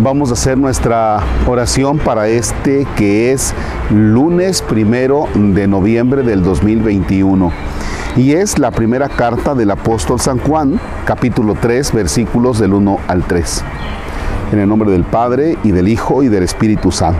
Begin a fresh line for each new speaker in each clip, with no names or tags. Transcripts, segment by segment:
Vamos a hacer nuestra oración para este que es lunes 1 de noviembre del 2021. Y es la primera carta del apóstol San Juan, capítulo 3, versículos del 1 al 3. En el nombre del Padre, y del Hijo, y del Espíritu Santo.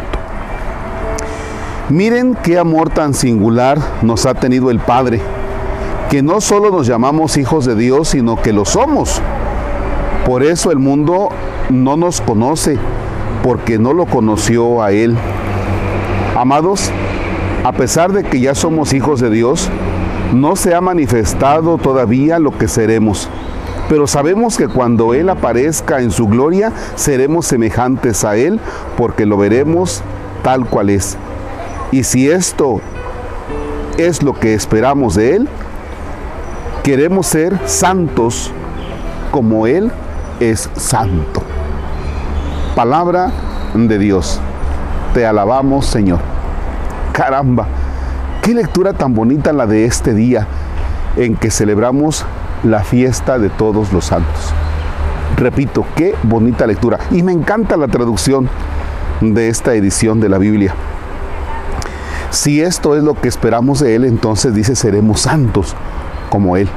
Miren qué amor tan singular nos ha tenido el Padre, que no solo nos llamamos hijos de Dios, sino que lo somos. Por eso el mundo no nos conoce, porque no lo conoció a Él. Amados, a pesar de que ya somos hijos de Dios, no se ha manifestado todavía lo que seremos. Pero sabemos que cuando Él aparezca en su gloria, seremos semejantes a Él, porque lo veremos tal cual es. Y si esto es lo que esperamos de Él, queremos ser santos como Él es santo. Palabra de Dios. Te alabamos, Señor. Caramba, qué lectura tan bonita la de este día en que celebramos la fiesta de todos los santos. Repito, qué bonita lectura. Y me encanta la traducción de esta edición de la Biblia. Si esto es lo que esperamos de Él, entonces dice, seremos santos como Él.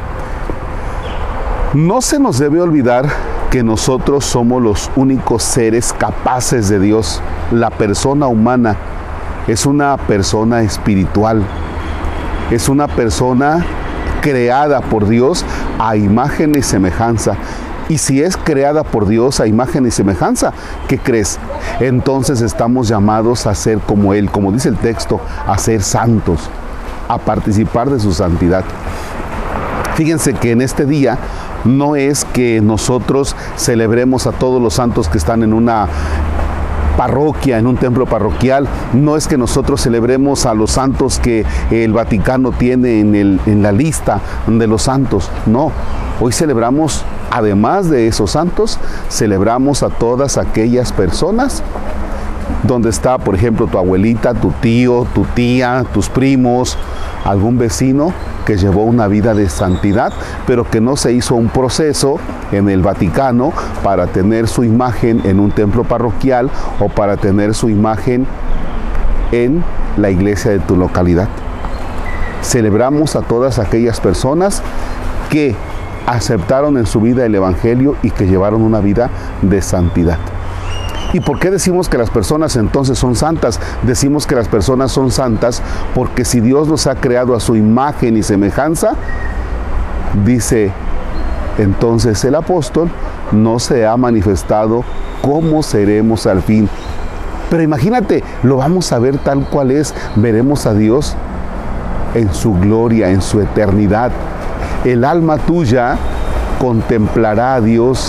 No se nos debe olvidar que nosotros somos los únicos seres capaces de Dios. La persona humana es una persona espiritual. Es una persona creada por Dios a imagen y semejanza. Y si es creada por Dios a imagen y semejanza, ¿qué crees? Entonces estamos llamados a ser como Él, como dice el texto, a ser santos, a participar de su santidad. Fíjense que en este día no es que nosotros celebremos a todos los santos que están en una parroquia, en un templo parroquial. No es que nosotros celebremos a los santos que el Vaticano tiene en la lista de los santos. No, hoy celebramos, además de esos santos, celebramos a todas aquellas personas donde está, por ejemplo, tu abuelita, tu tío, tu tía, tus primos, algún vecino que llevó una vida de santidad, pero que no se hizo un proceso en el Vaticano para tener su imagen en un templo parroquial o para tener su imagen en la iglesia de tu localidad. Celebramos a todas aquellas personas que aceptaron en su vida el Evangelio y que llevaron una vida de santidad. ¿Y por qué decimos que las personas entonces son santas? Decimos que las personas son santas porque si Dios los ha creado a su imagen y semejanza, dice entonces el apóstol, no se ha manifestado cómo seremos al fin. Pero imagínate, lo vamos a ver tal cual es, veremos a Dios en su gloria, en su eternidad. El alma tuya contemplará a Dios,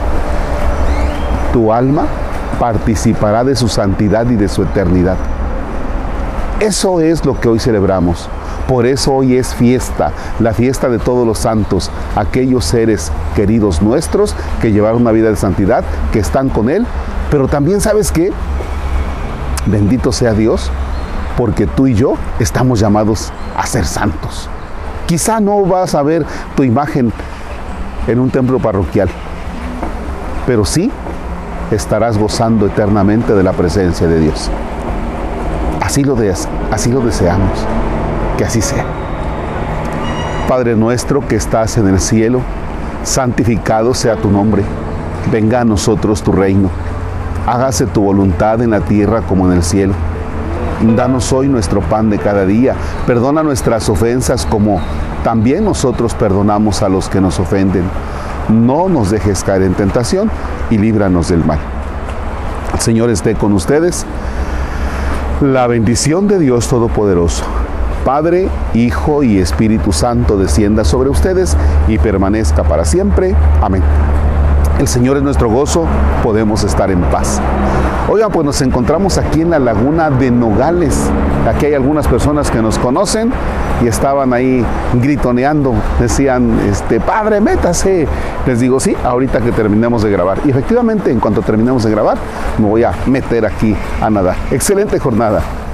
tu alma participará de su santidad y de su eternidad. Eso es lo que hoy celebramos. Por eso hoy es fiesta, la fiesta de todos los santos, aquellos seres queridos nuestros que llevaron una vida de santidad, que están con Él. Pero también, ¿sabes qué? Bendito sea Dios, porque tú y yo estamos llamados a ser santos. Quizá no vas a ver tu imagen en un templo parroquial, pero sí estarás gozando eternamente de la presencia de Dios. Así lo deseamos, que así sea. Padre nuestro que estás en el cielo, santificado sea tu nombre. Venga a nosotros tu reino. Hágase tu voluntad en la tierra como en el cielo. Danos hoy nuestro pan de cada día. Perdona nuestras ofensas como también nosotros perdonamos a los que nos ofenden. No nos dejes caer en tentación y líbranos del mal. El Señor esté con ustedes. La bendición de Dios Todopoderoso, Padre, Hijo y Espíritu Santo, descienda sobre ustedes y permanezca para siempre. Amén. El Señor es nuestro gozo, podemos estar en paz. Oigan, pues nos encontramos aquí en la laguna de Nogales. Aquí hay algunas personas que nos conocen y estaban ahí gritoneando. Decían, Padre, métase. Les digo, sí, ahorita que terminemos de grabar. Y efectivamente, en cuanto terminemos de grabar, me voy a meter aquí a nadar. Excelente jornada.